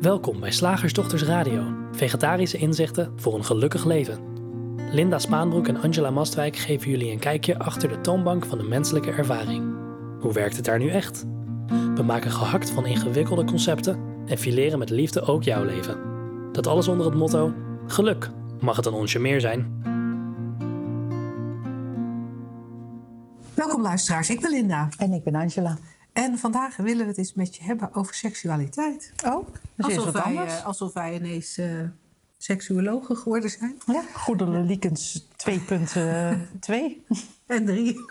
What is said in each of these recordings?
Welkom bij Slagersdochters Radio, vegetarische inzichten voor een gelukkig leven. Linda Spaanbroek en Angela Mastwijk geven jullie een kijkje achter de toonbank van de menselijke ervaring. Hoe werkt het daar nu echt? We maken gehakt van ingewikkelde concepten en fileren met liefde ook jouw leven. Dat alles onder het motto: geluk, mag het een onsje meer zijn? Welkom luisteraars, ik ben Linda. En ik ben Angela. En vandaag willen we het eens met je hebben over seksualiteit. Oh, dat is wat anders. Alsof wij ineens seksuologen geworden zijn. Ja, Goedele Liekens 2.2. En 3.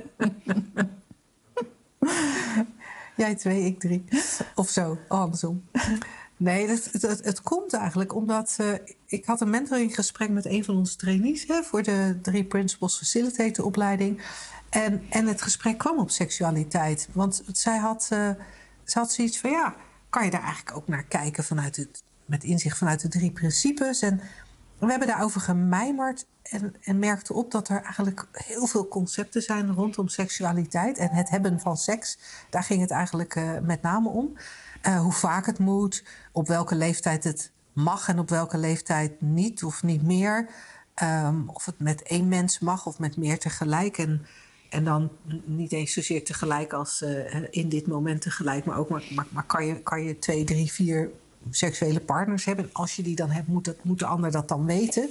Jij 2, ik 3. Of zo, andersom. Nee, het komt eigenlijk omdat ik had een mentoringgesprek met een van onze trainees voor de 3 Principles Facilitator opleiding. En het gesprek kwam op seksualiteit. Want zij had zoiets van, ja, kan je daar eigenlijk ook naar kijken met inzicht vanuit de 3 principes. En we hebben daarover gemijmerd en merkten op dat er eigenlijk heel veel concepten zijn rondom seksualiteit. En het hebben van seks, daar ging het eigenlijk met name om. Hoe vaak het moet, op welke leeftijd het mag en op welke leeftijd niet of niet meer. Of het met 1 mens mag of met meer tegelijk. En dan niet eens zozeer tegelijk als in dit moment tegelijk. Maar ook maar kan je 2, 3, 4 seksuele partners hebben. En als je die dan hebt, moet de ander dat dan weten.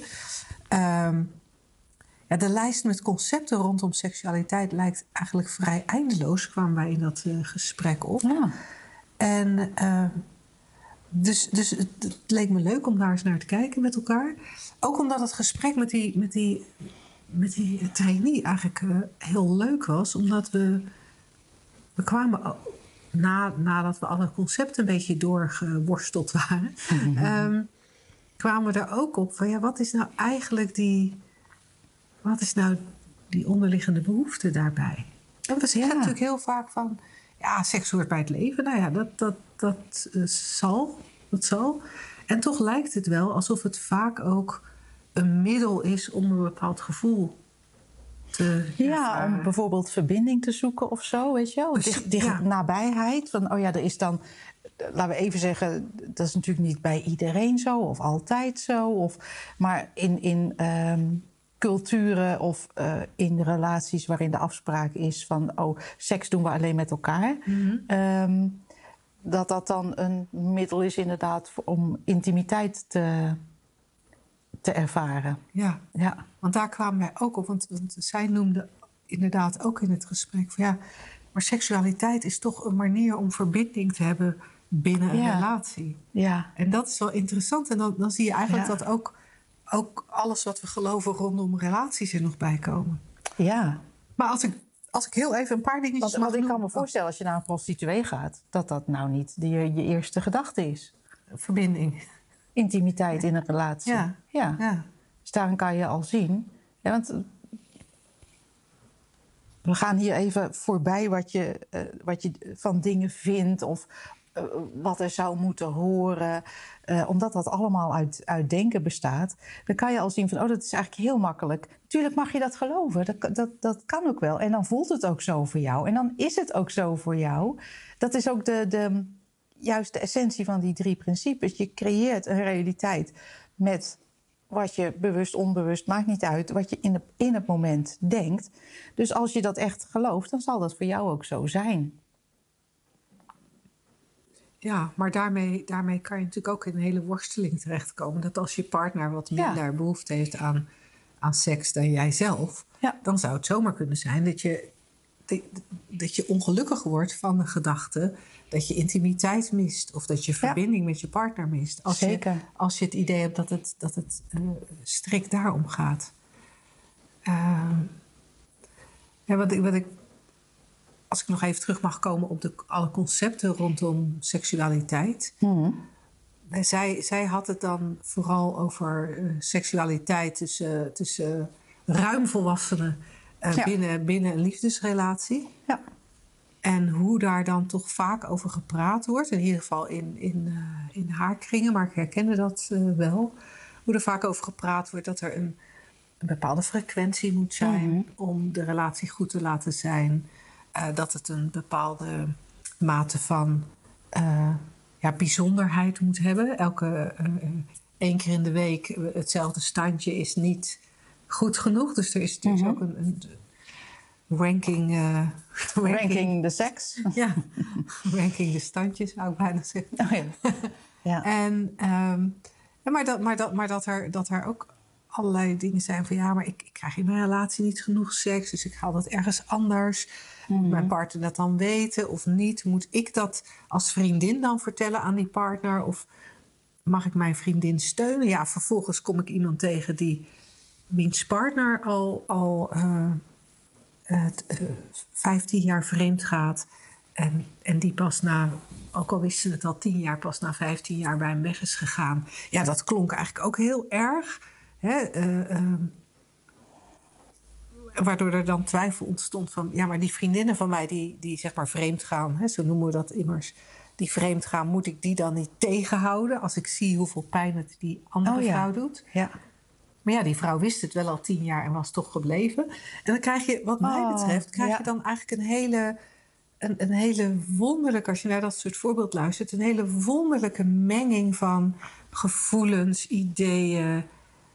De lijst met concepten rondom seksualiteit lijkt eigenlijk vrij eindeloos. Kwamen wij in dat gesprek op. Ja. En dus het leek me leuk om daar eens naar te kijken met elkaar. Ook omdat het gesprek met die trainee eigenlijk heel leuk was. Omdat we kwamen, nadat we alle concepten een beetje doorgeworsteld waren... Mm-hmm. Kwamen we er ook op van, ja, wat is nou eigenlijk die onderliggende behoefte daarbij? En we zeggen natuurlijk heel vaak van, ja, seks hoort bij het leven. Nou ja, dat zal. En toch lijkt het wel alsof het vaak ook een middel is om een bepaald gevoel te ervaren. Om bijvoorbeeld verbinding te zoeken of zo, weet je wel. Dicht nabijheid. Van, er is dan, laten we even zeggen, dat is natuurlijk niet bij iedereen zo of altijd zo. Maar in culturen of in relaties waarin de afspraak is van, seks doen we alleen met elkaar. Mm-hmm. Dat dan een middel is inderdaad om intimiteit te ervaren. Ja, want daar kwamen wij ook op. Want zij noemde inderdaad ook in het gesprek van, ja, maar seksualiteit is toch een manier om verbinding te hebben binnen een relatie. Ja. En dat is wel interessant. En dan zie je eigenlijk dat ook alles wat we geloven rondom relaties er nog bij komen. Ja. Maar als ik heel even een paar dingetjes Want ik kan me voorstellen, als je naar een prostituee gaat, dat nou niet je eerste gedachte is. Verbinding. Intimiteit in een relatie. Ja. Dus daarin kan je al zien. Ja, want we gaan hier even voorbij wat je van dingen vindt of wat er zou moeten horen. Omdat dat allemaal uit denken bestaat. Dan kan je al zien van, dat is eigenlijk heel makkelijk. Natuurlijk mag je dat geloven. Dat kan ook wel. En dan voelt het ook zo voor jou. En dan is het ook zo voor jou. Dat is ook juist de essentie van die 3 principes. Je creëert een realiteit met wat je bewust, onbewust, maakt niet uit, wat je in het moment denkt. Dus als je dat echt gelooft, dan zal dat voor jou ook zo zijn. Ja, maar daarmee kan je natuurlijk ook in een hele worsteling terechtkomen. Dat als je partner wat minder behoefte heeft aan seks dan jijzelf, dan zou het zomaar kunnen zijn dat je ongelukkig wordt van de gedachte dat je intimiteit mist of dat je verbinding met je partner mist. Als je het idee hebt dat het strikt daarom gaat. Als ik nog even terug mag komen op alle concepten rondom seksualiteit. Mm-hmm. Zij had het dan vooral over seksualiteit tussen ruim volwassenen binnen een liefdesrelatie. Ja. En hoe daar dan toch vaak over gepraat wordt. In ieder geval in haar kringen, maar ik herkende dat wel. Hoe er vaak over gepraat wordt dat er een bepaalde frequentie moet zijn om de relatie goed te laten zijn. Dat het een bepaalde mate van bijzonderheid moet hebben. Één keer in de week hetzelfde standje is niet goed genoeg. Dus er is ook een ranking... Ranking de seks. Ja, ranking de standjes, zou ik bijna zeggen. Oh, ja. Ja. Dat er ook allerlei dingen zijn van... ja, maar ik krijg in mijn relatie niet genoeg seks... dus ik haal dat ergens anders. Moet mijn partner dat dan weten of niet? Moet ik dat als vriendin dan vertellen aan die partner? Of mag ik mijn vriendin steunen? Ja, vervolgens kom ik iemand tegen wiens partner al 15 jaar vreemd gaat... En die pas ook al wisten ze het al 10 jaar... pas na 15 jaar bij hem weg is gegaan. Ja, dat klonk eigenlijk ook heel erg. Hè? Waardoor er dan twijfel ontstond van... ja, maar die vriendinnen van mij die zeg maar vreemd gaan... Hè, zo noemen we dat immers... die vreemd gaan, moet ik die dan niet tegenhouden... als ik zie hoeveel pijn het die andere vrouw doet? Ja. Maar ja, die vrouw wist het wel al 10 jaar en was toch gebleven. En dan krijg je, wat mij betreft... je dan eigenlijk een hele wonderlijke... als je naar dat soort voorbeeld luistert... een hele wonderlijke menging van gevoelens, ideeën...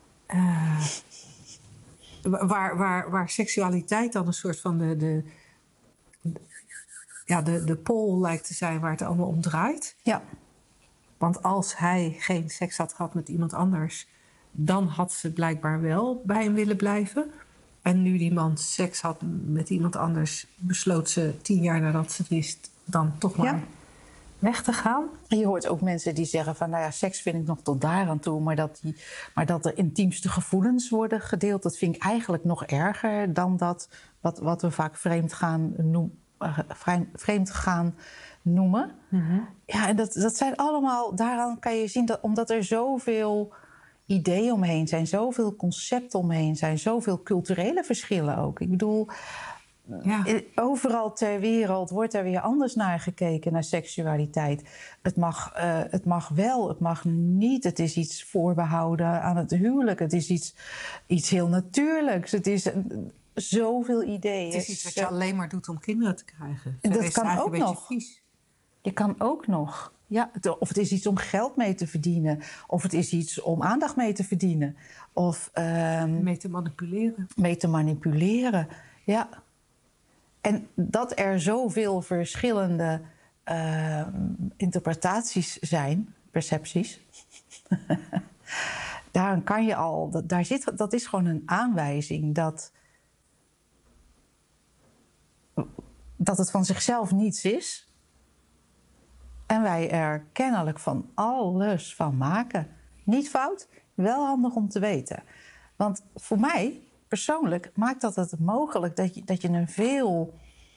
Waar seksualiteit dan een soort van de pol lijkt te zijn waar het allemaal om draait. Ja. Want als hij geen seks had gehad met iemand anders... dan had ze blijkbaar wel bij hem willen blijven. En nu die man seks had met iemand anders... besloot ze 10 jaar nadat ze het wist dan toch maar weg te gaan. En je hoort ook mensen die zeggen van... nou ja, seks vind ik nog tot daar aan toe... maar dat de intiemste gevoelens worden gedeeld... dat vind ik eigenlijk nog erger dan dat wat we vaak vreemd gaan noemen. Mm-hmm. Ja, en dat zijn allemaal... daaraan kan je zien dat omdat er zoveel ideeën omheen zijn... zoveel concepten omheen zijn... zoveel culturele verschillen ook. Ik bedoel... Ja. Overal ter wereld wordt er weer anders naar gekeken, naar seksualiteit. Het mag wel, het mag niet. Het is iets voorbehouden aan het huwelijk. Het is iets heel natuurlijks. Het is zoveel ideeën. Het is iets wat je alleen maar doet om kinderen te krijgen. En dat kan ook een nog. Vies. Je kan ook nog. Ja, of het is iets om geld mee te verdienen. Of het is iets om aandacht mee te verdienen. Of mee te manipuleren. Mee te manipuleren, ja. En dat er zoveel verschillende interpretaties zijn, percepties... daaraan kan je al... dat is gewoon een aanwijzing dat het van zichzelf niets is... en wij er kennelijk van alles van maken. Niet fout, wel handig om te weten. Want voor mij... persoonlijk maakt dat het mogelijk dat je een veel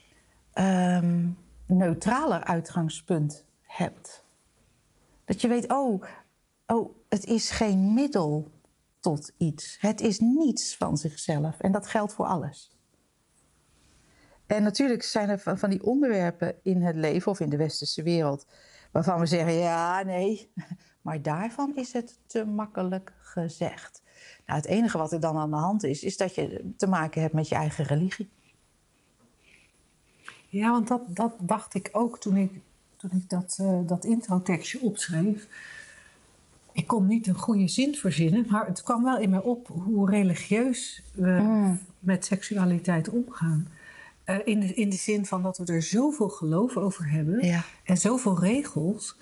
neutraler uitgangspunt hebt. Dat je weet, het is geen middel tot iets. Het is niets van zichzelf. En dat geldt voor alles. En natuurlijk zijn er van die onderwerpen in het leven of in de westerse wereld... waarvan we zeggen, ja, nee, maar daarvan is het te makkelijk gezegd. Nou, het enige wat er dan aan de hand is dat je te maken hebt met je eigen religie. Ja, want dat dacht ik ook toen ik dat introtekstje opschreef. Ik kon niet een goede zin verzinnen, maar het kwam wel in mij op hoe religieus we met seksualiteit omgaan. In de zin van dat we er zoveel geloof over hebben en zoveel regels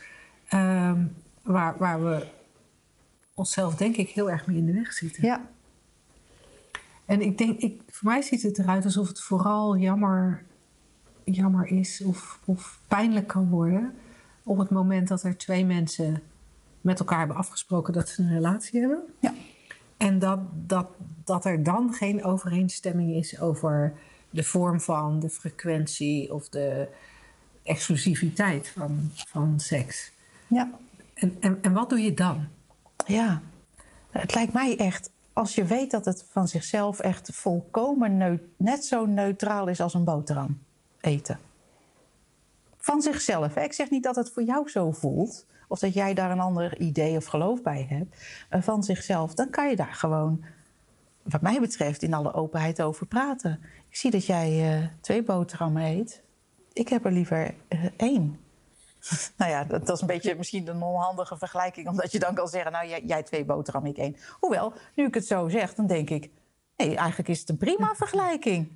waar we onszelf denk ik heel erg mee in de weg zitten. Ja. En ik denk, voor mij ziet het eruit alsof het vooral jammer is of pijnlijk kan worden op het moment dat er 2 mensen met elkaar hebben afgesproken dat ze een relatie hebben. Ja. En dat er dan geen overeenstemming is over de vorm van, de frequentie of de exclusiviteit van seks. Ja. En wat doe je dan? Ja, het lijkt mij echt, als je weet dat het van zichzelf echt volkomen net zo neutraal is als een boterham eten. Van zichzelf. Hè? Ik zeg niet dat het voor jou zo voelt, of dat jij daar een ander idee of geloof bij hebt. Van zichzelf, dan kan je daar gewoon, wat mij betreft, in alle openheid over praten. Ik zie dat jij 2 boterhammen eet. Ik heb er liever 1. Nou ja, dat is een beetje misschien een onhandige vergelijking. Omdat je dan kan zeggen, nou jij 2 boterhammen, ik 1. Hoewel, nu ik het zo zeg, dan denk ik... Nee, eigenlijk is het een prima vergelijking.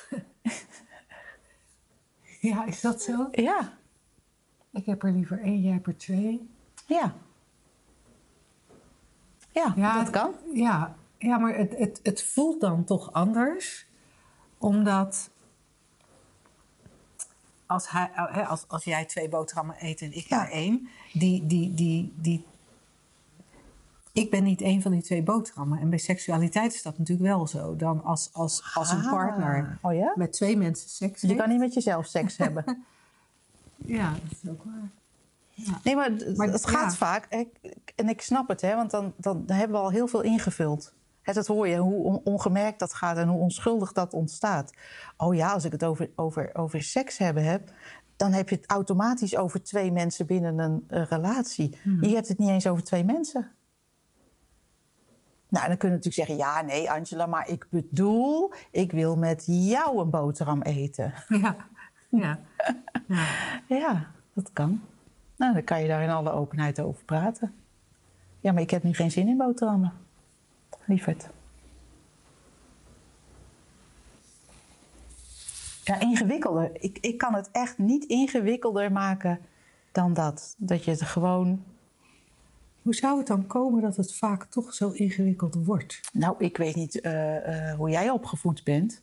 Ja, is dat zo? Ja, Ik heb er liever 1, jij hebt er 2. ja. Ja, dat kan. Ja, maar het voelt dan toch anders. Omdat als jij 2 boterhammen eet en ik maar 1... Ik ben niet één van die 2 boterhammen. En bij seksualiteit is dat natuurlijk wel zo. Dan als een partner met 2 mensen seks heeft... Je kan niet met jezelf seks hebben. Ja, dat is ook waar. Ja. Nee, maar het gaat vaak. En ik snap het, hè, want dan hebben we al heel veel ingevuld. Dat hoor je, hoe ongemerkt dat gaat en hoe onschuldig dat ontstaat. Oh ja, als ik het over seks heb... dan heb je het automatisch over 2 mensen binnen een relatie. Je hebt het niet eens over 2 mensen. Nou, dan kun je natuurlijk zeggen... ja, nee, Angela, maar ik bedoel... ik wil met jou een boterham eten. Ja, dat kan. Nou, dan kan je daar in alle openheid over praten. Ja, maar ik heb nu geen zin in boterhammen. Lieverd. Ja, ingewikkelder. Ik kan het echt niet ingewikkelder maken dan dat. Dat je het gewoon... Hoe zou het dan komen dat het vaak toch zo ingewikkeld wordt? Nou, ik weet niet hoe jij opgevoed bent.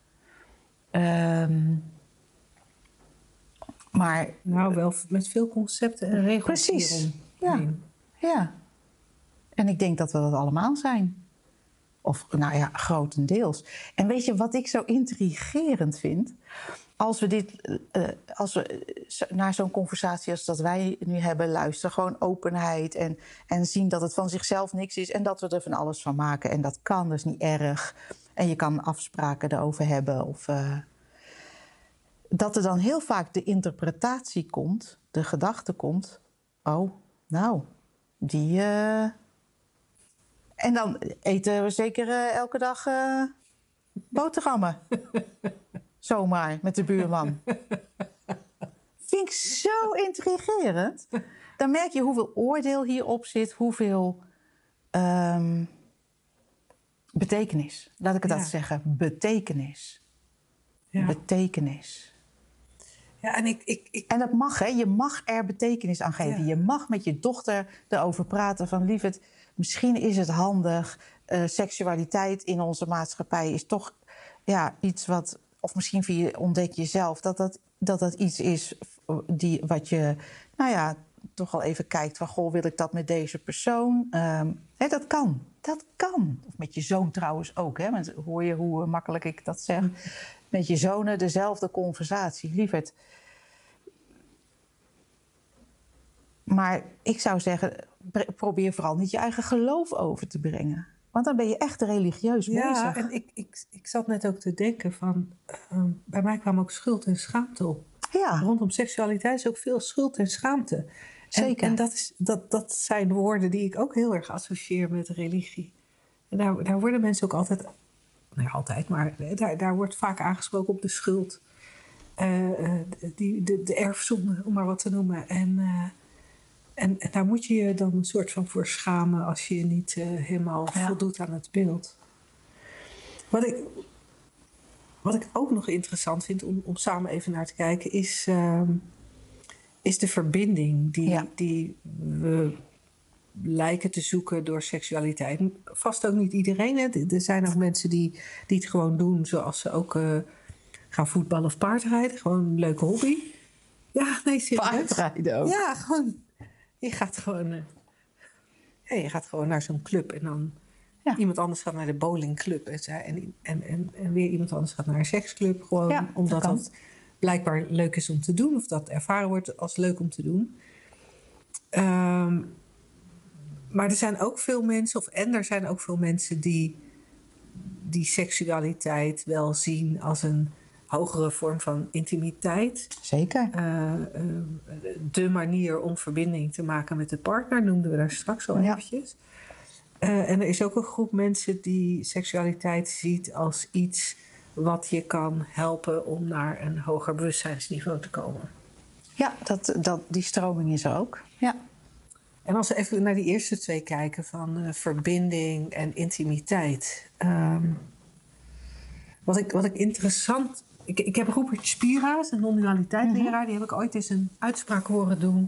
Maar... Nou, wel met veel concepten en regels. Precies, ja. En ik denk dat we dat allemaal zijn. Of, nou ja, grotendeels. En weet je wat ik zo intrigerend vind? Als we naar zo'n conversatie als dat wij nu hebben luisteren... gewoon openheid en zien dat het van zichzelf niks is... en dat we er van alles van maken. En dat kan, dat is niet erg. En je kan afspraken erover hebben. Of, dat er dan heel vaak de interpretatie komt, de gedachte komt... oh, nou, die... En dan eten we zeker elke dag boterhammen. Zomaar, met de buurman. Vind ik zo intrigerend. Dan merk je hoeveel oordeel hierop zit, hoeveel betekenis. Laat ik het dat zeggen. Betekenis. Ja. Betekenis. Ja, en dat mag, hè. Je mag er betekenis aan geven. Ja. Je mag met je dochter erover praten van... lieverd, misschien is het handig. Seksualiteit in onze maatschappij is toch iets wat... of misschien ontdek je zelf dat iets is wat je... nou ja, toch wel even kijkt van... goh, wil ik dat met deze persoon? Dat kan. Dat kan. Of met je zoon trouwens ook. Hè? Want hoor je hoe makkelijk ik dat zeg? Met je zonen dezelfde conversatie. Lieverd. Maar ik zou zeggen... probeer vooral niet je eigen geloof over te brengen. Want dan ben je echt religieus bezig. Ja, en ik zat net ook te denken van... bij mij kwam ook schuld en schaamte op. Ja. Rondom seksualiteit is ook veel schuld en schaamte. Zeker. En dat zijn woorden die ik ook heel erg associeer met religie. En daar worden mensen ook altijd... Nou ja, altijd, maar daar wordt vaak aangesproken op de schuld. De erfzonde, om maar wat te noemen. En daar moet je je dan een soort van voor schamen... als je niet helemaal voldoet aan het beeld. Wat ik ook nog interessant vind om samen even naar te kijken... is de verbinding die we lijken te zoeken door seksualiteit. Vast ook niet iedereen. Hè? Er zijn nog mensen die het gewoon doen... zoals ze ook gaan voetballen of paardrijden. Gewoon een leuke hobby. Ja, nee, serieus. Paardrijden ook? Ja, gewoon... Je gaat gewoon naar zo'n club en dan... Ja. Iemand anders gaat naar de bowlingclub en weer iemand anders gaat naar een seksclub. Gewoon omdat dat blijkbaar leuk is om te doen. Of dat ervaren wordt als leuk om te doen. Maar er zijn ook veel mensen... die seksualiteit wel zien als een hogere vorm van intimiteit. Zeker. De manier om verbinding te maken met de partner... noemden we daar straks al eventjes. En er is ook een groep mensen die seksualiteit ziet als iets... wat je kan helpen om naar een hoger bewustzijnsniveau te komen. Ja, die stroming is er ook. Ja. En als we even naar die eerste twee kijken van verbinding en intimiteit. Wat ik interessant... Ik heb Rupert Spira, een non-dualiteitleraar... die heb ik ooit eens een uitspraak horen doen...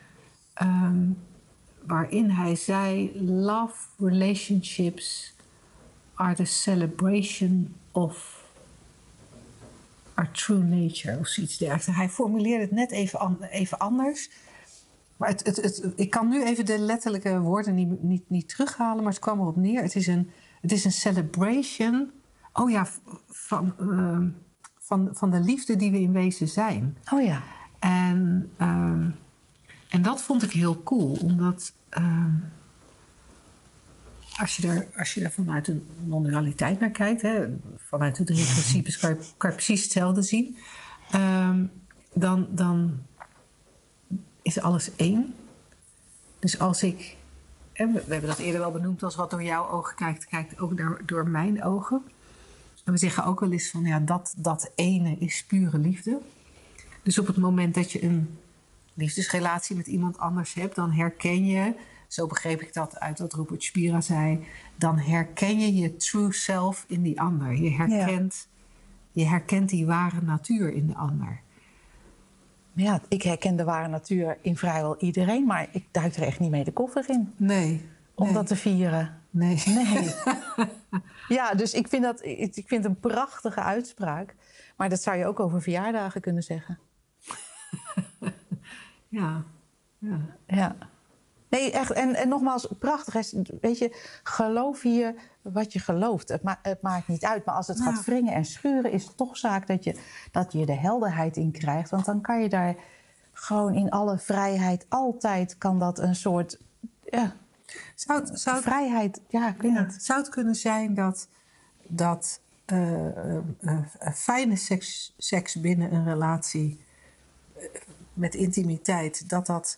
waarin hij zei... Love relationships are the celebration of our true nature. Of zoiets dergelijks. Hij formuleerde het net even anders... Maar ik kan nu even de letterlijke woorden niet terughalen, maar het kwam erop neer. Het is een celebration van de liefde die we in wezen zijn. Oh ja. En dat vond ik heel cool, omdat als je er vanuit een non-dualiteit naar kijkt, hè, vanuit de 3 principes kan je precies hetzelfde zien. Dan is alles één. Dus als ik... En we hebben dat eerder wel benoemd... als wat door jouw ogen kijkt ook door mijn ogen. En we zeggen ook wel eens van... ja, dat ene is pure liefde. Dus op het moment dat je een liefdesrelatie met iemand anders hebt... dan herken je... zo begreep ik dat uit wat Rupert Spira zei... dan herken je je true self in die ander. Je herkent die ware natuur in de ander. Ja, ik herken de ware natuur in vrijwel iedereen, maar ik duik er echt niet mee de koffer in. Nee. Om dat te vieren. Nee. Ja, dus ik vind het een prachtige uitspraak. Maar dat zou je ook over verjaardagen kunnen zeggen. Ja. Nee, echt. En nogmaals, prachtig. Weet je, geloof hier wat je gelooft. Het maakt niet uit. Maar als het gaat wringen en schuren... is het toch zaak dat je de helderheid in krijgt. Want dan kan je daar gewoon in alle vrijheid... altijd kan dat een soort... Ja, vrijheid, ja, ik weet niet. Zou het kunnen zijn dat fijne seks binnen een relatie... met intimiteit, dat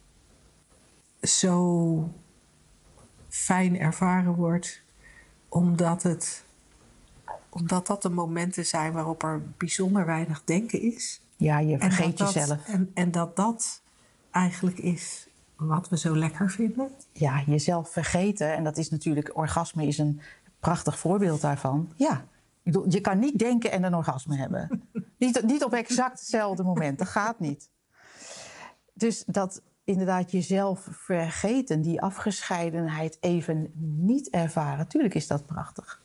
zo fijn ervaren wordt... omdat dat de momenten zijn waarop er bijzonder weinig denken is. Ja, je vergeet jezelf. En dat eigenlijk is wat we zo lekker vinden. Ja, jezelf vergeten. En dat is natuurlijk, orgasme is een prachtig voorbeeld daarvan. Ja, ik bedoel, je kan niet denken en een orgasme hebben. niet op exact hetzelfde moment, dat gaat niet. Dus dat inderdaad jezelf vergeten, die afgescheidenheid even niet ervaren. Tuurlijk is dat prachtig.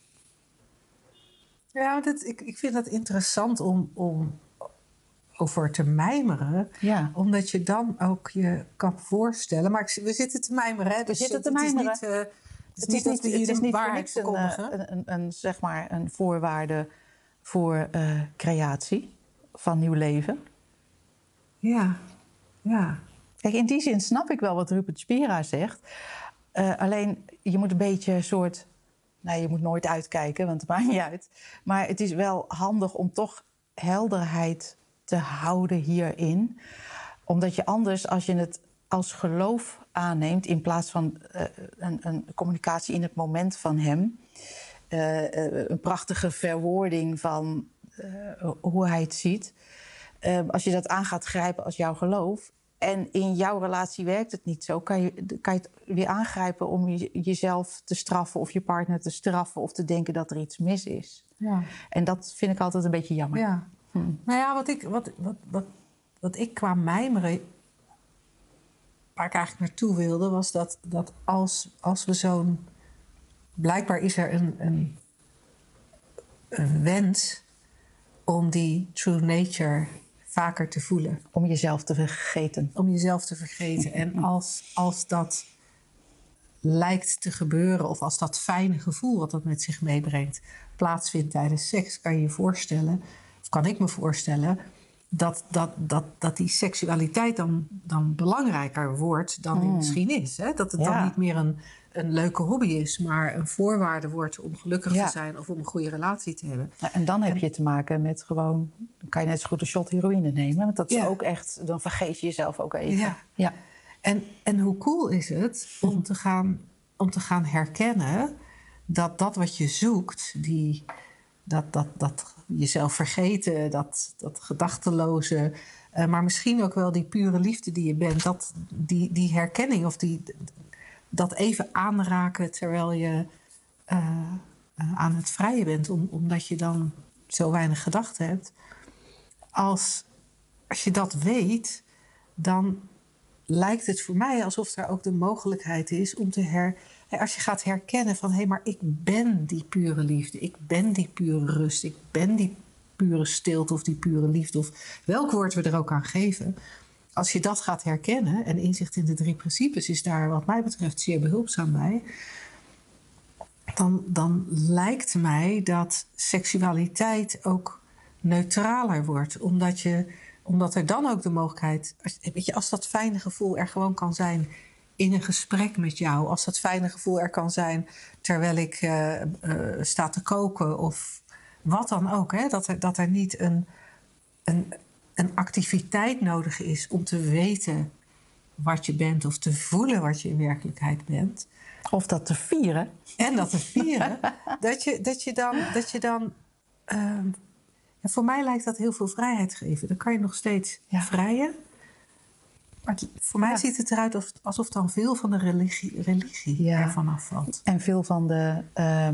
Ja, ik vind dat interessant om over te mijmeren. Ja. Omdat je dan ook je kan voorstellen... Maar we zitten te mijmeren, hè? Dus we zitten te mijmeren. Het is niet voor niks een voorwaarde voor creatie van nieuw leven. Ja. Kijk, in die zin snap ik wel wat Rupert Spira zegt. Alleen, je moet een beetje soort... Nou, je moet nooit uitkijken, want het maakt niet uit. Maar het is wel handig om toch helderheid te houden hierin. Omdat je anders, als je het als geloof aanneemt... in plaats van een communicatie in het moment van hem... een prachtige verwoording van hoe hij het ziet... als je dat aan gaat grijpen als jouw geloof... en in jouw relatie werkt het niet zo... kan je het weer aangrijpen om jezelf te straffen... of je partner te straffen of te denken dat er iets mis is. Ja. En dat vind ik altijd een beetje jammer. Ja. Nou ja, wat ik qua mijmeren... waar ik eigenlijk naartoe wilde... was dat als we zo'n... Blijkbaar is er een wens om die true nature vaker te voelen. Om jezelf te vergeten. Om jezelf te vergeten. En als dat lijkt te gebeuren... of als dat fijne gevoel wat dat met zich meebrengt... plaatsvindt tijdens seks, kan je je voorstellen... of kan ik me voorstellen... dat die seksualiteit dan belangrijker wordt dan die misschien is. Hè? Dat het dan niet meer een leuke hobby is... maar een voorwaarde wordt om gelukkig te zijn... of om een goede relatie te hebben. Ja, en dan heb je te maken met gewoon... dan kan je net zo goed een shot heroïne nemen. Want dat is ook echt... dan vergeet je jezelf ook even. Ja. En hoe cool is het om te gaan herkennen... dat wat je zoekt... dat jezelf vergeten, dat gedachteloze... Maar misschien ook wel die pure liefde die je bent. Die herkenning of dat even aanraken terwijl je aan het vrijen bent. Omdat je dan zo weinig gedachten hebt. Als je dat weet, dan lijkt het voor mij alsof er ook de mogelijkheid is om als je gaat herkennen van maar ik ben die pure liefde, ik ben die pure rust, ik ben die pure stilte of die pure liefde of welk woord we er ook aan geven. Als je dat gaat herkennen, en inzicht in de 3 principes is daar wat mij betreft zeer behulpzaam bij, dan lijkt mij dat seksualiteit ook neutraler wordt, omdat er dan ook de mogelijkheid, als dat fijne gevoel er gewoon kan zijn in een gesprek met jou, als dat fijne gevoel er kan zijn terwijl ik sta te koken of wat dan ook, hè, dat er niet een activiteit nodig is om te weten wat je bent of te voelen wat je in werkelijkheid bent. Of dat te vieren. En dat te vieren. dat je dan voor mij lijkt dat heel veel vrijheid geven. Dan kan je nog steeds vrijen. Maar voor mij ziet het eruit alsof dan veel van de religie ervan afvalt. En veel van de...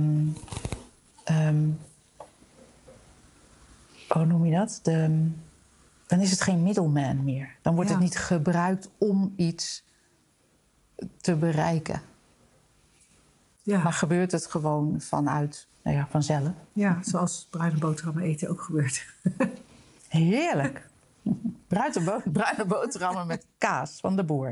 hoe noem je dat? Dan is het geen middleman meer. Dan wordt het niet gebruikt om iets te bereiken. Ja. Maar gebeurt het gewoon vanzelf. Ja, zoals bruine boterhammen eten ook gebeurt. Heerlijk. Bruine boterhammen met kaas van de boer.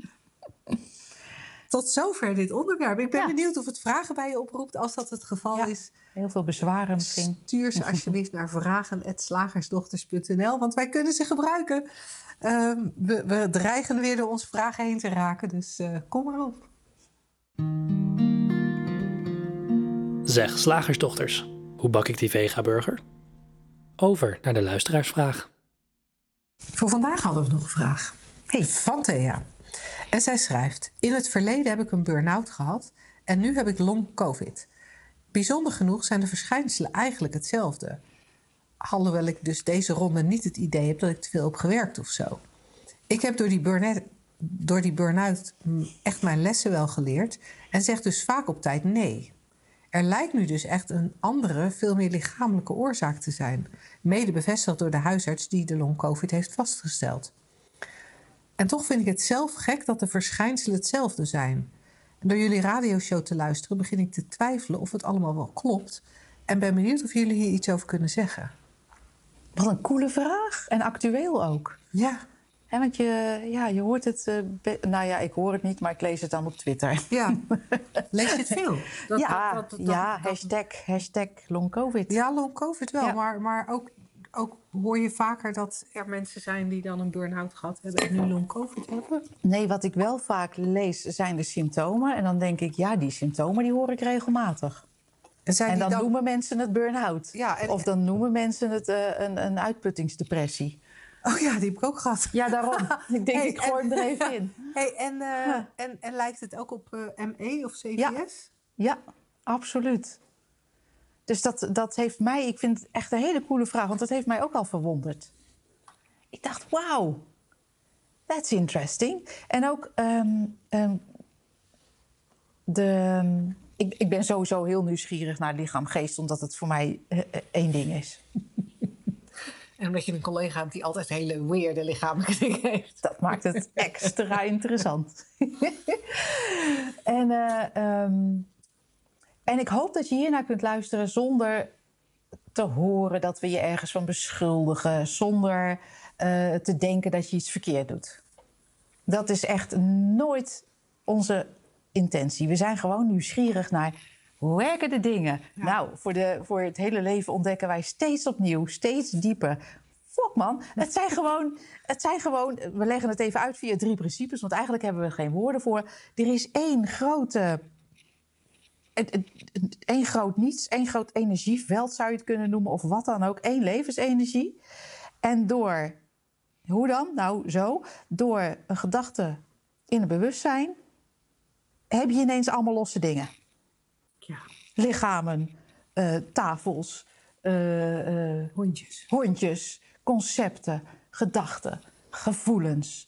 Tot zover dit onderwerp. Ik ben benieuwd of het vragen bij je oproept. Als dat het geval is. Heel veel bezwaren misschien. Stuur ze alsjeblieft naar vragen@slagersdochters.nl. Want wij kunnen ze gebruiken. We dreigen weer door onze vragen heen te raken. Dus kom maar op. Zeg, slagersdochters, hoe bak ik die vega-burger? Over naar de luisteraarsvraag. Voor vandaag hadden we nog een vraag. Van Thea. En zij schrijft: in het verleden heb ik een burn-out gehad en nu heb ik long-covid. Bijzonder genoeg zijn de verschijnselen eigenlijk hetzelfde. Alhoewel ik dus deze ronde niet het idee heb dat ik te veel heb gewerkt of zo. Ik heb door die burn-out echt mijn lessen wel geleerd en zeg dus vaak op tijd nee. Er lijkt nu dus echt een andere, veel meer lichamelijke oorzaak te zijn. Mede bevestigd door de huisarts die de long-covid heeft vastgesteld. En toch vind ik het zelf gek dat de verschijnselen hetzelfde zijn. En door jullie radioshow te luisteren begin ik te twijfelen of het allemaal wel klopt. En ben benieuwd of jullie hier iets over kunnen zeggen. Wat een coole vraag. En actueel ook. Ja. En want je hoort het... ik hoor het niet, maar ik lees het dan op Twitter. Ja. Lees je het veel? Hashtag long-covid. Ja, long-covid wel. Ja. Maar ook hoor je vaker dat er mensen zijn die dan een burn-out gehad hebben en nu long-covid hebben? Nee, wat ik wel vaak lees zijn de symptomen. En dan denk ik, die symptomen die hoor ik regelmatig. En dan noemen mensen het burn-out. Ja, of dan noemen mensen het een uitputtingsdepressie. Oh ja, die heb ik ook gehad. Ja, daarom. Ik denk, ik gooi hem er even in. En lijkt het ook op ME of CVS? Ja, absoluut. Dus dat heeft mij... Ik vind het echt een hele coole vraag, want dat heeft mij ook al verwonderd. Ik dacht, wauw, that's interesting. En ook ik ben sowieso heel nieuwsgierig naar lichaam-geest, omdat het voor mij één ding is. En omdat je een collega hebt die altijd hele weirde lichamelijke dingen heeft. Dat maakt het extra interessant. En ik hoop dat je hiernaar kunt luisteren zonder te horen dat we je ergens van beschuldigen. Zonder te denken dat je iets verkeerd doet. Dat is echt nooit onze intentie. We zijn gewoon nieuwsgierig naar hoe werken de dingen. Ja. Nou, voor het hele leven ontdekken wij steeds opnieuw, steeds dieper. Fuck man, het zijn gewoon, we leggen het even uit via 3 principes, want eigenlijk hebben we geen woorden voor. Er is één groot niets, één groot energieveld zou je het kunnen noemen, of wat dan ook. Één levensenergie. En hoe dan? Nou, zo. Door een gedachte in het bewustzijn heb je ineens allemaal losse dingen. Ja. Lichamen, tafels, hondjes, concepten, gedachten, gevoelens,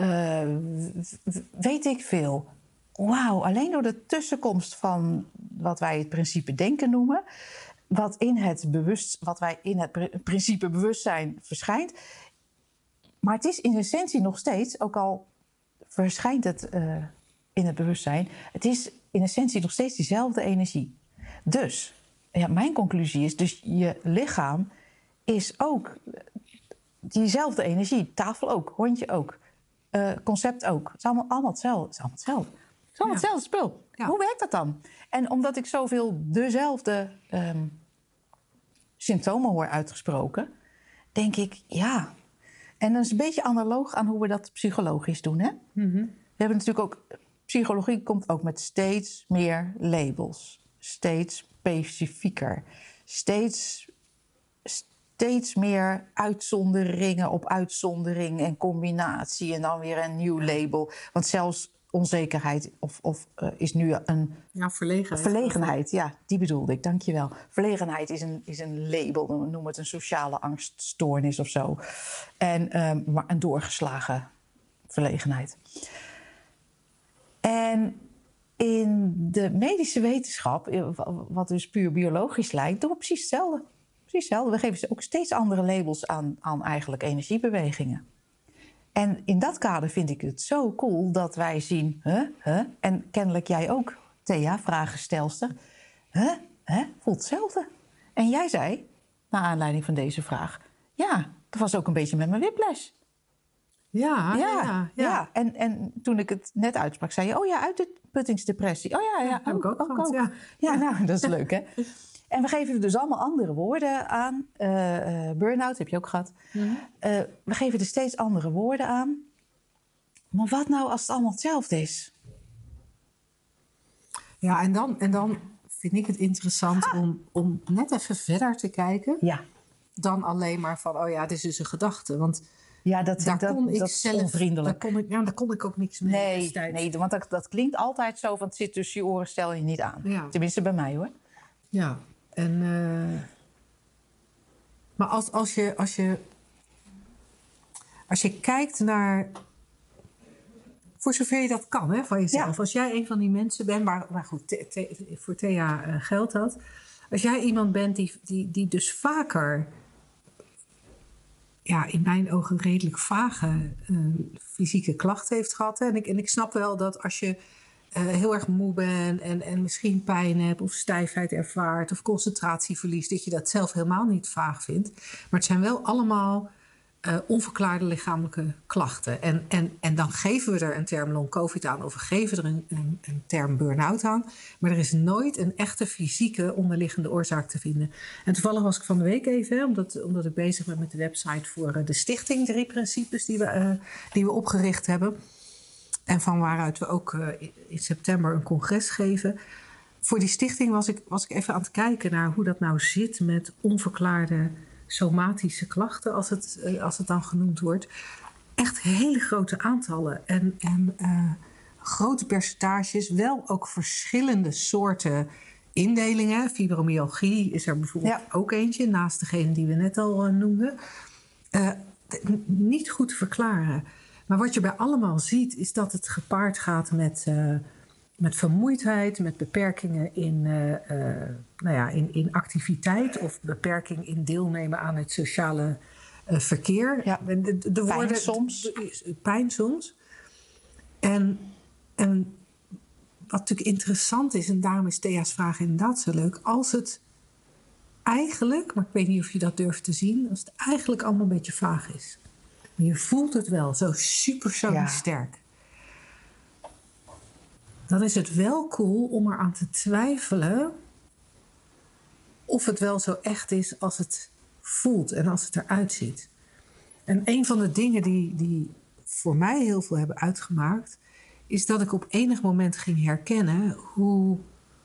weet ik veel. Wauw, alleen door de tussenkomst van wat wij het principe denken noemen, wat wij in het principe bewustzijn verschijnt. Maar het is in essentie nog steeds, ook al verschijnt het in het bewustzijn, het is in essentie nog steeds diezelfde energie. Dus, mijn conclusie is, dus je lichaam is ook diezelfde energie. Tafel ook, hondje ook, concept ook. Het is allemaal hetzelfde. Het is allemaal hetzelfde spul. Ja. Hoe werkt dat dan? En omdat ik zoveel dezelfde symptomen hoor uitgesproken, denk ik, ja. En dat is een beetje analoog aan hoe we dat psychologisch doen. Hè? Mm-hmm. We hebben natuurlijk ook, psychologie komt ook met steeds meer labels. Steeds specifieker. Steeds meer uitzonderingen op uitzondering en combinatie. En dan weer een nieuw label. Want zelfs onzekerheid is nu een... Ja, verlegenheid. Verlegenheid, ja, die bedoelde ik, dankjewel. Verlegenheid is een label, we noemen het een sociale angststoornis of zo. Maar een doorgeslagen verlegenheid. En in de medische wetenschap, wat dus puur biologisch lijkt, doen we precies hetzelfde. Precies hetzelfde. We geven ook steeds andere labels aan eigenlijk energiebewegingen. En in dat kader vind ik het zo cool dat wij zien, en kennelijk jij ook, Thea, vragenstelster, voelt hetzelfde. En jij zei, naar aanleiding van deze vraag, ja, dat was ook een beetje met mijn whiplash. Ja. En toen ik het net uitsprak, zei je, uitputtingsdepressie. Heb ik ook gehad. Ja, nou, dat is leuk, hè? En we geven er dus allemaal andere woorden aan. Burn-out heb je ook gehad. Mm-hmm. We geven er steeds andere woorden aan. Maar wat nou als het allemaal hetzelfde is? Ja, en dan vind ik het interessant om net even verder te kijken. Ja. Dan alleen maar van, dit is dus een gedachte. Want ja, dat is onvriendelijk. Daar kon ik ook niks mee. Nee, want dat klinkt altijd zo van het zit tussen je oren, stel je niet aan. Ja. Tenminste bij mij, hoor. Ja. Maar als je kijkt naar, voor zover je dat kan, hè, van jezelf. Ja. Als jij een van die mensen bent, maar goed, voor Thea geldt dat. Als jij iemand bent die dus vaker, in mijn ogen redelijk vage fysieke klachten heeft gehad. Hè, en ik snap wel dat als je heel erg moe bent en misschien pijn hebt of stijfheid ervaart of concentratieverlies, dat je dat zelf helemaal niet vaag vindt. Maar het zijn wel allemaal onverklaarde lichamelijke klachten. En dan geven we er een term long-covid aan of we geven er een term burn-out aan. Maar er is nooit een echte fysieke onderliggende oorzaak te vinden. En toevallig was ik van de week even, omdat ik bezig ben met de website voor de stichting 3 Principes die we opgericht hebben. En van waaruit we ook in september een congres geven. Voor die stichting was ik even aan het kijken naar hoe dat nou zit met onverklaarde somatische klachten, als het dan genoemd wordt. Echt hele grote aantallen en grote percentages. Wel ook verschillende soorten indelingen. Fibromyalgie is er bijvoorbeeld ook eentje, naast degene die we net al noemden. Niet goed te verklaren. Maar wat je bij allemaal ziet, is dat het gepaard gaat met vermoeidheid, met beperkingen in activiteit of beperking in deelnemen aan het sociale verkeer. Ja. Pijn soms. En wat natuurlijk interessant is, en daarom is Thea's vraag inderdaad zo leuk, als het eigenlijk, maar ik weet niet of je dat durft te zien, als het eigenlijk allemaal een beetje vaag is. Maar je voelt het wel zo supersonisch sterk. Dan is het wel cool om eraan te twijfelen of het wel zo echt is als het voelt en als het eruit ziet. En een van de dingen die voor mij heel veel hebben uitgemaakt, is dat ik op enig moment ging herkennen hoe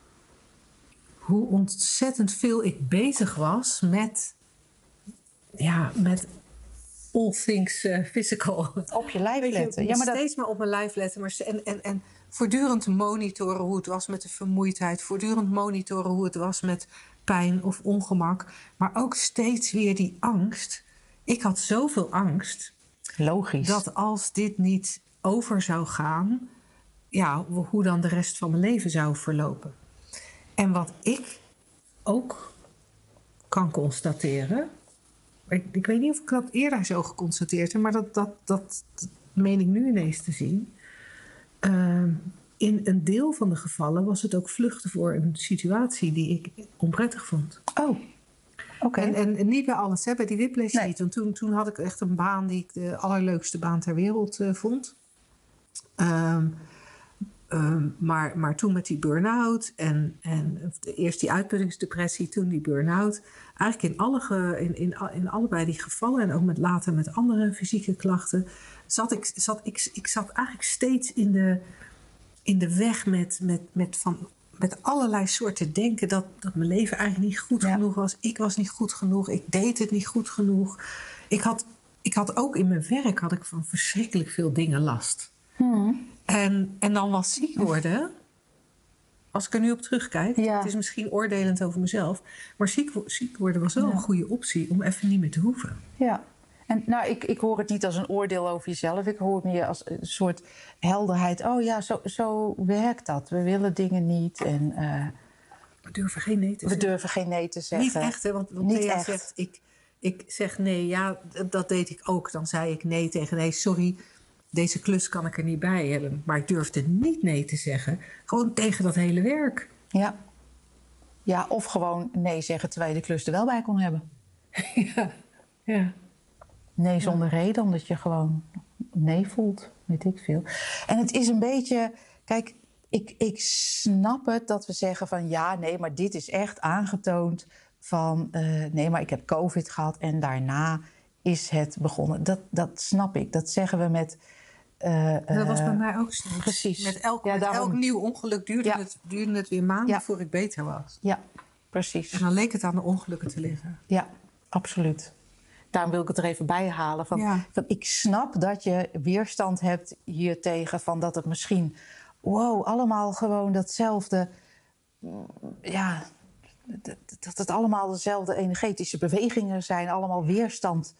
ontzettend veel ik bezig was met all things physical. Op je lijf letten. Steeds maar op mijn lijf letten. Maar en voortdurend monitoren hoe het was met de vermoeidheid. Voortdurend monitoren hoe het was met pijn of ongemak. Maar ook steeds weer die angst. ik had zoveel angst Logisch. dat als dit niet over zou gaan, ja, hoe dan de rest van mijn leven zou verlopen. En wat ik ook kan constateren, ik weet niet of ik dat eerder zo geconstateerd heb, maar dat meen ik nu ineens te zien. In een deel van de gevallen was het ook vluchten voor een situatie die ik onprettig vond. Oh, oké. En niet bij alles, hè, bij die whiplash Nee. niet. Want toen had ik echt een baan die ik de allerleukste baan ter wereld vond. Maar toen met die burn-out en eerst die uitputtingsdepressie, toen die burn-out. Eigenlijk in allebei die gevallen en ook later met andere fysieke klachten zat ik zat eigenlijk steeds in de weg met allerlei soorten denken dat mijn leven eigenlijk niet goed genoeg was. Ik was niet goed genoeg, ik deed het niet goed genoeg. Ik had ook in mijn werk van verschrikkelijk veel dingen last. En dan was ziek worden, als ik er nu op terugkijk, het is misschien oordelend over mezelf, maar ziek worden was wel een goede optie om even niet meer te hoeven. Ja. En nou, ik hoor het niet als een oordeel over jezelf. Ik hoor het meer als een soort helderheid. Oh ja, zo werkt dat. We willen dingen niet. En We durven geen nee te zeggen. we durven geen nee te zeggen. Niet echt, hè? Want Niet Thea echt. zegt, ik zeg nee. Ja, dat deed ik ook. Dan zei ik nee tegen nee. Sorry, deze klus kan ik er niet bij hebben. Maar ik durfde niet nee te zeggen. Gewoon tegen dat hele werk. Ja. Ja, of gewoon nee zeggen terwijl je de klus er wel bij kon hebben. Ja. Nee zonder reden, omdat je gewoon nee voelt. Weet ik veel. En het is een beetje... Kijk, ik snap het dat we zeggen van... ja, nee, maar dit is echt aangetoond van... nee, maar ik heb COVID gehad en daarna is het begonnen. Dat snap ik. Dat zeggen we met... Dat was bij mij ook steeds. Precies. Met elk daarom. nieuw ongeluk duurde het weer maanden Ja. voor ik beter was. Ja, precies. En dan leek het aan de ongelukken te liggen. Ja, absoluut. Daarom wil ik het er even bij halen. Van ik snap dat je weerstand hebt hiertegen. Van dat het misschien... wow, allemaal gewoon datzelfde... ja, dat het allemaal dezelfde energetische bewegingen zijn. Allemaal weerstand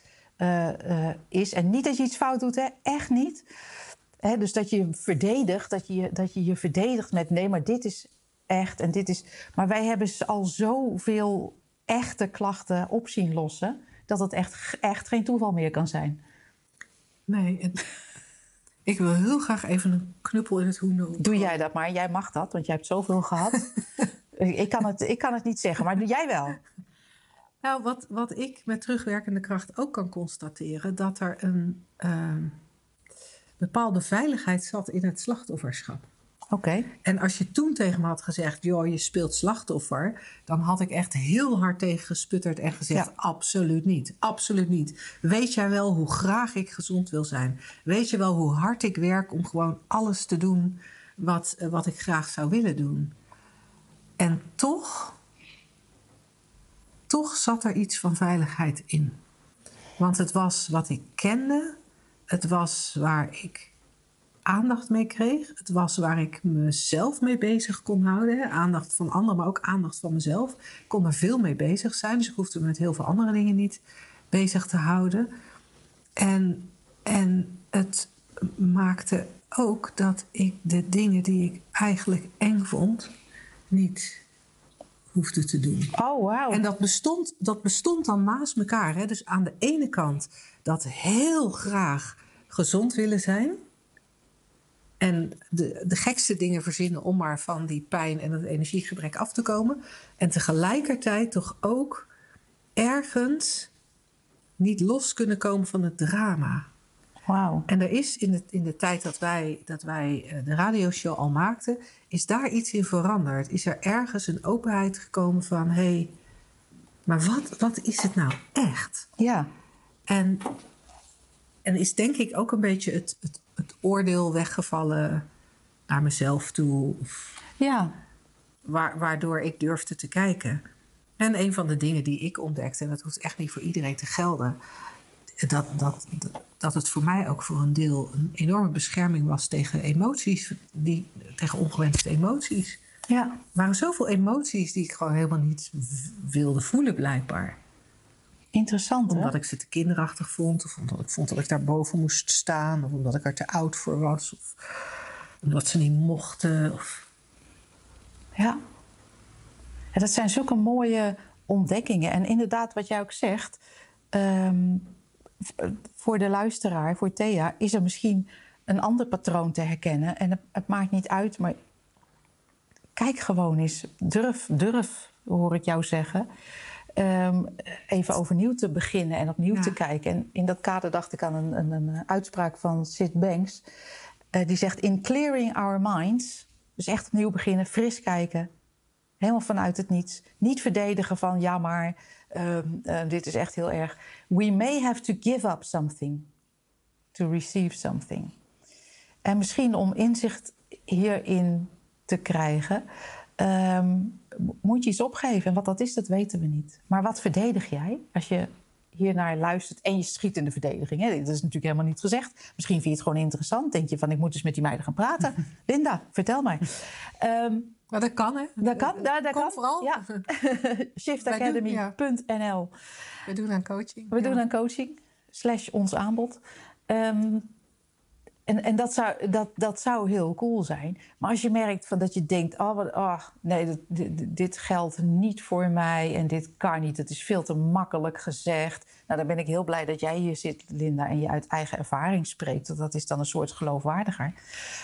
is. En niet dat je iets fout doet, hè? Echt niet. Hè, dus dat je je verdedigt. Dat je je verdedigt met... nee, maar dit is echt en dit is... Maar wij hebben al zoveel echte klachten op zien lossen... dat het echt geen toeval meer kan zijn. Nee, ik wil heel graag even een knuppel in het hoenderhok. Doe jij dat maar. Jij mag dat, want jij hebt zoveel gehad. Ik kan het niet zeggen, maar doe jij wel. Nou, wat ik met terugwerkende kracht ook kan constateren... dat er een bepaalde veiligheid zat in het slachtofferschap. Oké. En als je toen tegen me had gezegd... joh, je speelt slachtoffer... dan had ik echt heel hard tegen gesputterd en gezegd... Ja. absoluut niet, absoluut niet. Weet jij wel hoe graag ik gezond wil zijn? Weet je wel hoe hard ik werk om gewoon alles te doen... wat ik graag zou willen doen? En toch zat er iets van veiligheid in. Want het was wat ik kende. Het was waar ik aandacht mee kreeg. Het was waar ik mezelf mee bezig kon houden. Hè. Aandacht van anderen, maar ook aandacht van mezelf. Ik kon er veel mee bezig zijn. Dus ik hoefde me met heel veel andere dingen niet bezig te houden. En het maakte ook dat ik de dingen die ik eigenlijk eng vond... niet hoefde te doen. Oh, wauw. En dat bestond dan naast elkaar. Hè? Dus aan de ene kant dat heel graag gezond willen zijn... en de gekste dingen verzinnen om maar van die pijn en het energiegebrek af te komen... en tegelijkertijd toch ook ergens niet los kunnen komen van het drama... Wauw. En er is in de tijd dat wij de radioshow al maakten... is daar iets in veranderd. Is er ergens een openheid gekomen van... hé, maar wat is het nou echt? Ja. En is denk ik ook een beetje het oordeel weggevallen naar mezelf toe. Ja. Waardoor ik durfde te kijken. En een van de dingen die ik ontdekte... en dat hoeft echt niet voor iedereen te gelden... Dat het voor mij ook voor een deel een enorme bescherming was tegen emoties, tegen ongewenste emoties. Ja. Er waren zoveel emoties die ik gewoon helemaal niet wilde voelen, blijkbaar. Interessant, hè? Omdat ik ze te kinderachtig vond. Of omdat ik vond dat ik daar boven moest staan. Of omdat ik er te oud voor was. Of omdat ze niet mochten. Ja. Ja, dat zijn zulke mooie ontdekkingen. En inderdaad, wat jij ook zegt... voor de luisteraar, voor Thea... is er misschien een ander patroon te herkennen. En het maakt niet uit, maar... kijk gewoon eens. Durf, hoor ik jou zeggen... even overnieuw te beginnen en opnieuw te kijken. En in dat kader dacht ik aan een uitspraak van Syd Banks. Die zegt, in clearing our minds... dus echt opnieuw beginnen, fris kijken... helemaal vanuit het niets. Niet verdedigen van, ja maar, dit is echt heel erg. We may have to give up something to receive something. En misschien om inzicht hierin te krijgen... moet je iets opgeven. En wat dat is, dat weten we niet. Maar wat verdedig jij als je hiernaar luistert en je schiet in de verdediging? Hè? Dat is natuurlijk helemaal niet gezegd. Misschien vind je het gewoon interessant. Denk je van, ik moet eens met die meiden gaan praten. Linda, vertel mij. Maar dat kan, hè? Dat kan. Dat Kom kan. vooral. Ja. shiftacademy.nl. We doen aan coaching. We doen aan coaching. / ons aanbod. En dat zou heel cool zijn. Maar als je merkt van dat je denkt... nee, dit geldt niet voor mij en dit kan niet. Het is veel te makkelijk gezegd. Nou, dan ben ik heel blij dat jij hier zit, Linda... en je uit eigen ervaring spreekt. Want dat is dan een soort geloofwaardiger.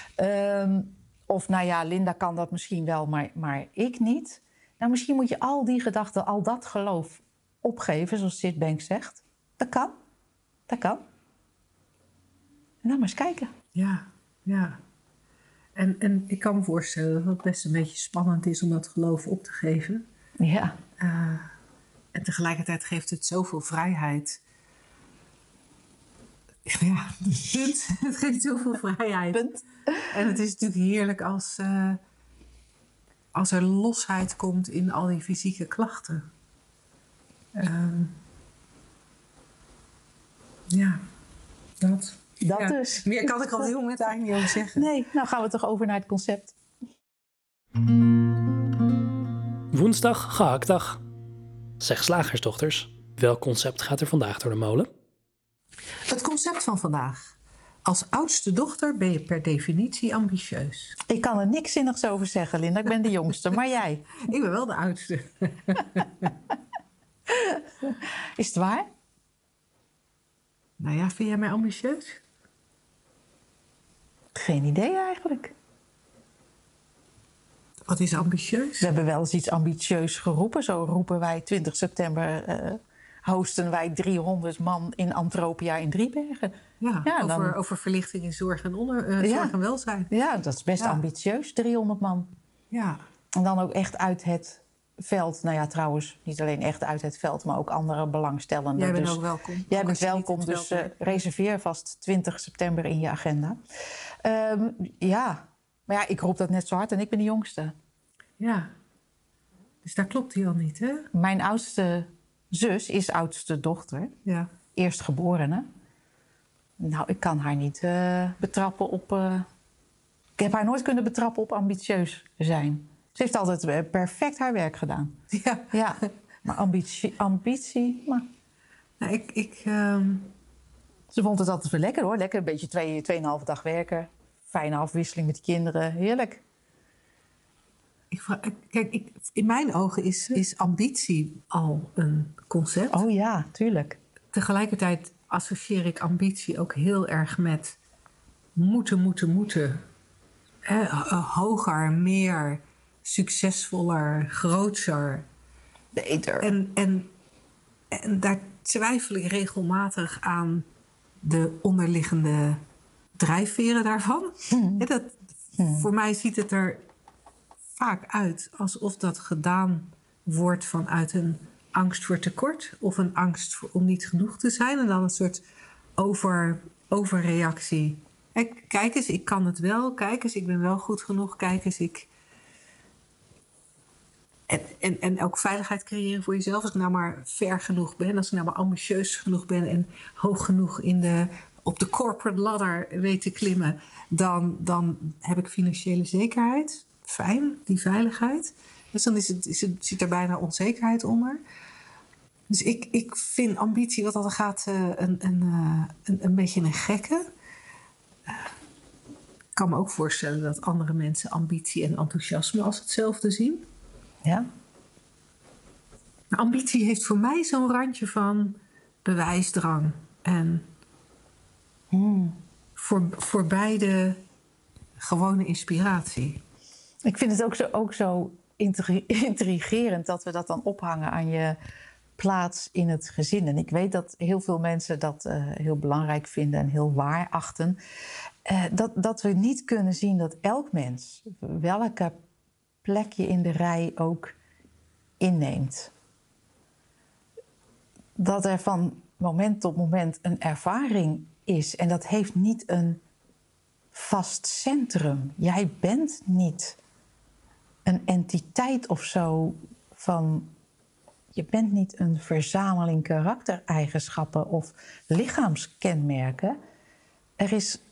Of nou ja, Linda kan dat misschien wel, maar ik niet. Nou, misschien moet je al die gedachten, al dat geloof opgeven... zoals Syd Banks zegt. Dat kan. Dat kan. En dan maar eens kijken. Ja. En ik kan me voorstellen dat het best een beetje spannend is om dat geloof op te geven. Ja. En tegelijkertijd geeft het zoveel vrijheid. Ja, punt. Het geeft zoveel vrijheid. Punt. En het is natuurlijk heerlijk als er losheid komt in al die fysieke klachten. Ja, dat. Dat Ja, dus. meer kan ik al heel moment eigenlijk niet over zeggen. Nee, nou gaan we toch over naar het concept. Woensdag, gehaktdag. Zeg slagersdochters, welk concept gaat er vandaag door de molen? Het concept van vandaag. Als oudste dochter ben je per definitie ambitieus. Ik kan er niks zinnigs over zeggen, Linda. Ik ben de jongste, maar jij? Ik ben wel de oudste. Is het waar? Nou ja, vind jij mij ambitieus? Geen idee eigenlijk. Wat is ambitieus? We hebben wel eens iets ambitieus geroepen. Zo roepen wij 20 september... hosten wij 300 man in Antropia in Driebergen. Ja, over verlichting in zorg en, zorg en welzijn. Ja, dat is best ambitieus, 300 man. Ja. En dan ook echt uit het veld. Nou ja, trouwens, niet alleen echt uit het veld... maar ook andere belangstellenden. Jij bent ook welkom. Jij bent welkom, dus reserveer vast 20 september in je agenda. Maar ja, ik roep dat net zo hard en ik ben de jongste. Ja, dus daar klopt hij al niet, hè? Mijn oudste zus is oudste dochter. Ja. Eerstgeborene. Nou, ik kan haar niet betrappen op... Ik heb haar nooit kunnen betrappen op ambitieus zijn. Ze heeft altijd perfect haar werk gedaan. Ja. Maar ambitie maar... Nou, Ze vond het altijd wel lekker, hoor. Lekker, een beetje 2,5 dag werken. Fijne afwisseling met die kinderen. Heerlijk. In mijn ogen is ambitie al een concept. Oh ja, tuurlijk. Tegelijkertijd associeer ik ambitie ook heel erg met moeten. Hoger, meer, succesvoller, grootser. Beter. En daar twijfel ik regelmatig aan de onderliggende drijfveren daarvan. Voor mij ziet het er vaak uit alsof dat gedaan wordt vanuit een angst voor tekort of een angst om niet genoeg te zijn en dan een soort overreactie. Kijk eens, ik kan het wel. Kijk eens, ik ben wel goed genoeg. Kijk eens, ik... En ook veiligheid creëren voor jezelf. Als ik nou maar ver genoeg ben, als ik nou maar ambitieus genoeg ben en hoog genoeg op de corporate ladder weet te klimmen, dan heb ik financiële zekerheid. Fijn, die veiligheid. Dus dan zit er bijna onzekerheid onder. Dus ik vind ambitie wat dat gaat een beetje een gekke. Ik kan me ook voorstellen dat andere mensen ambitie en enthousiasme als hetzelfde zien. Ja? Maar ambitie heeft voor mij zo'n randje van bewijsdrang. En voor beide gewone inspiratie. Ik vind het ook zo intrigerend dat we dat dan ophangen aan je plaats in het gezin. En ik weet dat heel veel mensen dat heel belangrijk vinden en heel waar achten. Dat we niet kunnen zien dat elk mens, welke plek je in de rij ook inneemt, dat er van moment tot moment een ervaring is. En dat heeft niet een vast centrum. Jij bent niet een entiteit of zo van... Je bent niet een verzameling karaktereigenschappen of lichaamskenmerken. Er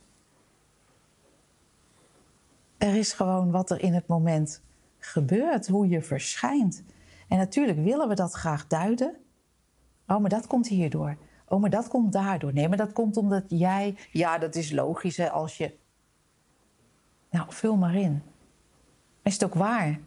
is gewoon wat er in het moment gebeurt, hoe je verschijnt. En natuurlijk willen we dat graag duiden. Oh, maar dat komt hierdoor. Oh, maar dat komt daardoor. Nee, maar dat komt omdat jij... Ja, dat is logisch, hè, als je... Nou, vul maar in. Is het ook waar?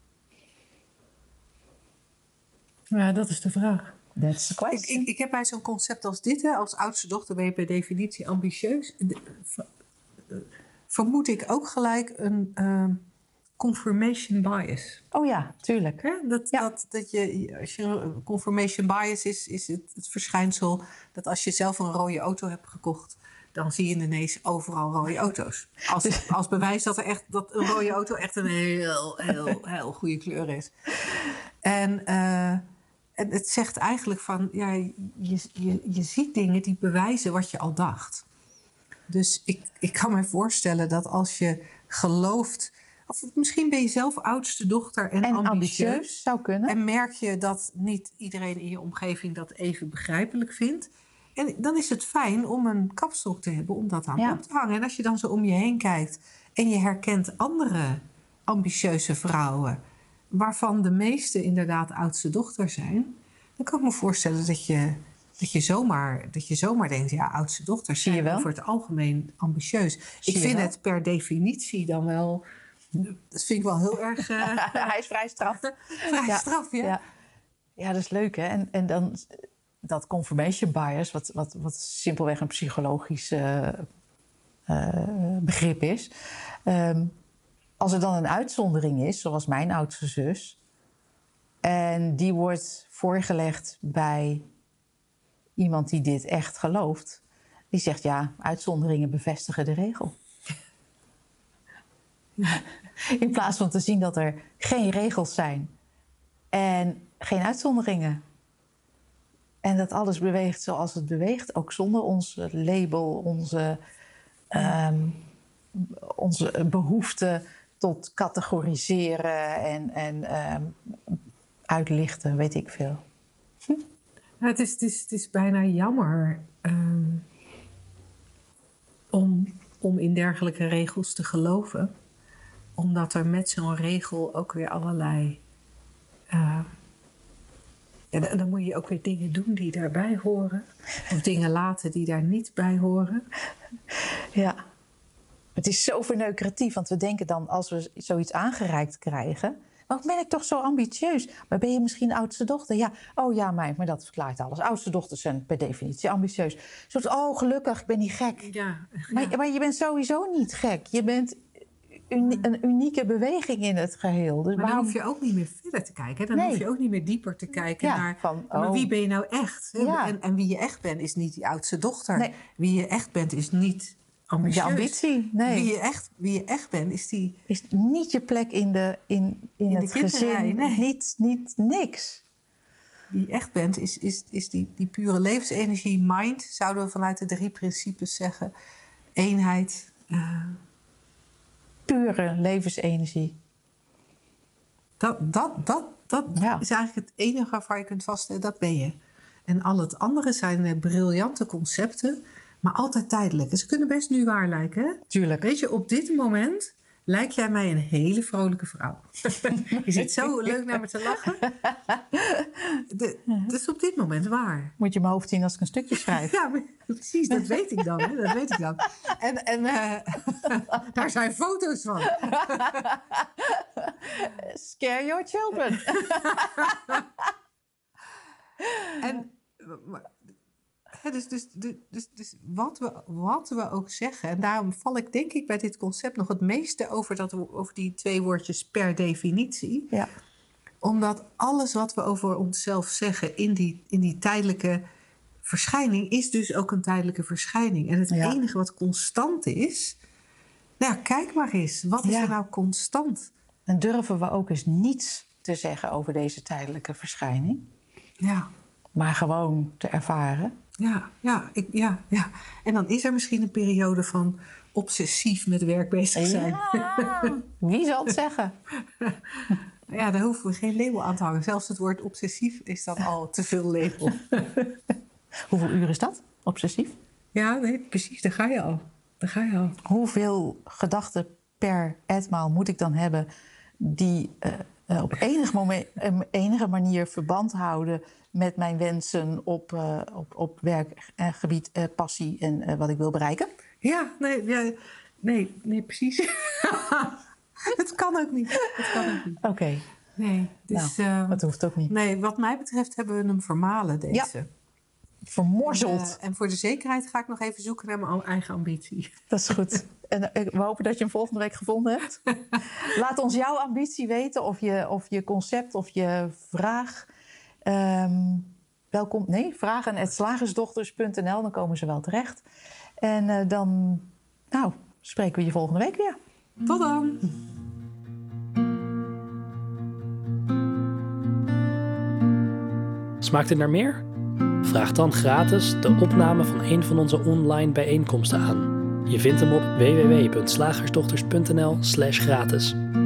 Ja, dat is de vraag. That's the question. Ik heb bij zo'n concept als dit, hè, als oudste dochter ben je per definitie ambitieus. Vermoed ik ook gelijk een confirmation bias. Oh ja, tuurlijk. Hè? Confirmation bias is het verschijnsel dat als je zelf een rode auto hebt gekocht, dan zie je ineens overal rode auto's. Als bewijs dat een rode auto echt een heel goede kleur is. En het zegt eigenlijk van, ja, je ziet dingen die bewijzen wat je al dacht. Dus ik kan me voorstellen dat als je gelooft... Of misschien ben je zelf oudste dochter en ambitieus. Zou kunnen. En merk je dat niet iedereen in je omgeving dat even begrijpelijk vindt. En dan is het fijn om een kapstok te hebben om dat aan op te hangen. En als je dan zo om je heen kijkt en je herkent andere ambitieuze vrouwen, waarvan de meeste inderdaad oudste dochter zijn, dan kan ik me voorstellen dat je zomaar denkt, ja, oudste dochters zijn over het algemeen ambitieus. Ik vind het per definitie dan wel... Dat vind ik wel heel erg... Hij is vrij straf. Straf, ja. Ja, dat is leuk, hè? En dan dat confirmation bias, wat simpelweg een psychologisch begrip is. Als er dan een uitzondering is, zoals mijn oudste zus, en die wordt voorgelegd bij iemand die dit echt gelooft, die zegt, ja, uitzonderingen bevestigen de regel. In plaats van te zien dat er geen regels zijn en geen uitzonderingen. En dat alles beweegt zoals het beweegt, ook zonder ons label, onze behoefte tot categoriseren en uitlichten, weet ik veel. Ja, het is bijna jammer om in dergelijke regels te geloven. Omdat er met zo'n regel ook weer allerlei... dan moet je ook weer dingen doen die daarbij horen. Of dingen laten die daar niet bij horen. Ja. Het is zo verneukeratief, want we denken dan als we zoiets aangereikt krijgen... Maar ben ik toch zo ambitieus? Maar ben je misschien oudste dochter? Ja, oh ja, maar dat verklaart alles. Oudste dochters zijn per definitie ambitieus. Zoals, oh gelukkig, ik ben niet gek. Ja. Maar je bent sowieso niet gek. Je bent een unieke beweging in het geheel. Dus maar dan hoef je ook niet meer verder te kijken. Dan hoef je ook niet meer dieper te kijken naar... Maar wie ben je nou echt? Ja. En wie je echt bent is niet die oudste dochter. Nee. Wie je echt bent is niet... ambitieus. Je ambitie, nee. Wie je echt bent, is niet je plek in het gezin. Nee. Niet niks. Wie je echt bent, is die pure levensenergie. Mind, zouden we vanuit de 3 principes zeggen. Eenheid. Pure levensenergie. Dat is eigenlijk het enige waarvan je kunt vaststellen, dat ben je. En al het andere zijn briljante concepten... maar altijd tijdelijk. En ze kunnen best nu waar lijken, hè? Tuurlijk. Weet je, op dit moment lijk jij mij een hele vrolijke vrouw. Je zit zo leuk naar me te lachen. Dat is op dit moment waar. Moet je mijn hoofd zien als ik een stukje schrijf. Ja, precies, dat weet ik dan. Hè? Dat weet ik dan. En daar zijn foto's van. Scare your children. En, dus wat we ook zeggen... en daarom val ik denk ik bij dit concept nog het meeste over die 2 woordjes per definitie. Ja. Omdat alles wat we over onszelf zeggen in die tijdelijke verschijning... is dus ook een tijdelijke verschijning. En het enige wat constant is... Nou, kijk maar eens. Wat is er nou constant? En durven we ook eens niets te zeggen over deze tijdelijke verschijning? Ja. Maar gewoon te ervaren. Ja. En dan is er misschien een periode van obsessief met werk bezig zijn. Ja, wie zal het zeggen? Ja, daar hoeven we geen label aan te hangen. Zelfs het woord obsessief is dan al te veel label. Hoeveel uur is dat, obsessief? Ja, nee, precies. Daar ga je al. Hoeveel gedachten per etmaal moet ik dan hebben... die op enige manier verband houden... met mijn wensen op werkgebied, passie en wat ik wil bereiken? Ja, nee, precies. Het kan ook niet. Oké. Nee, dus, dat hoeft ook niet. Nee, wat mij betreft hebben we hem vermalen, deze. Ja. Vermorzeld. En voor de zekerheid ga ik nog even zoeken naar mijn eigen ambitie. Dat is goed. En we hopen dat je hem volgende week gevonden hebt. Laat ons jouw ambitie weten of je concept of je vraag... vragen@slagersdochters.nl, dan komen ze wel terecht. En dan spreken we je volgende week weer. Tot dan! Smaakt het naar meer? Vraag dan gratis de opname van een van onze online bijeenkomsten aan. Je vindt hem op www.slagersdochters.nl/gratis.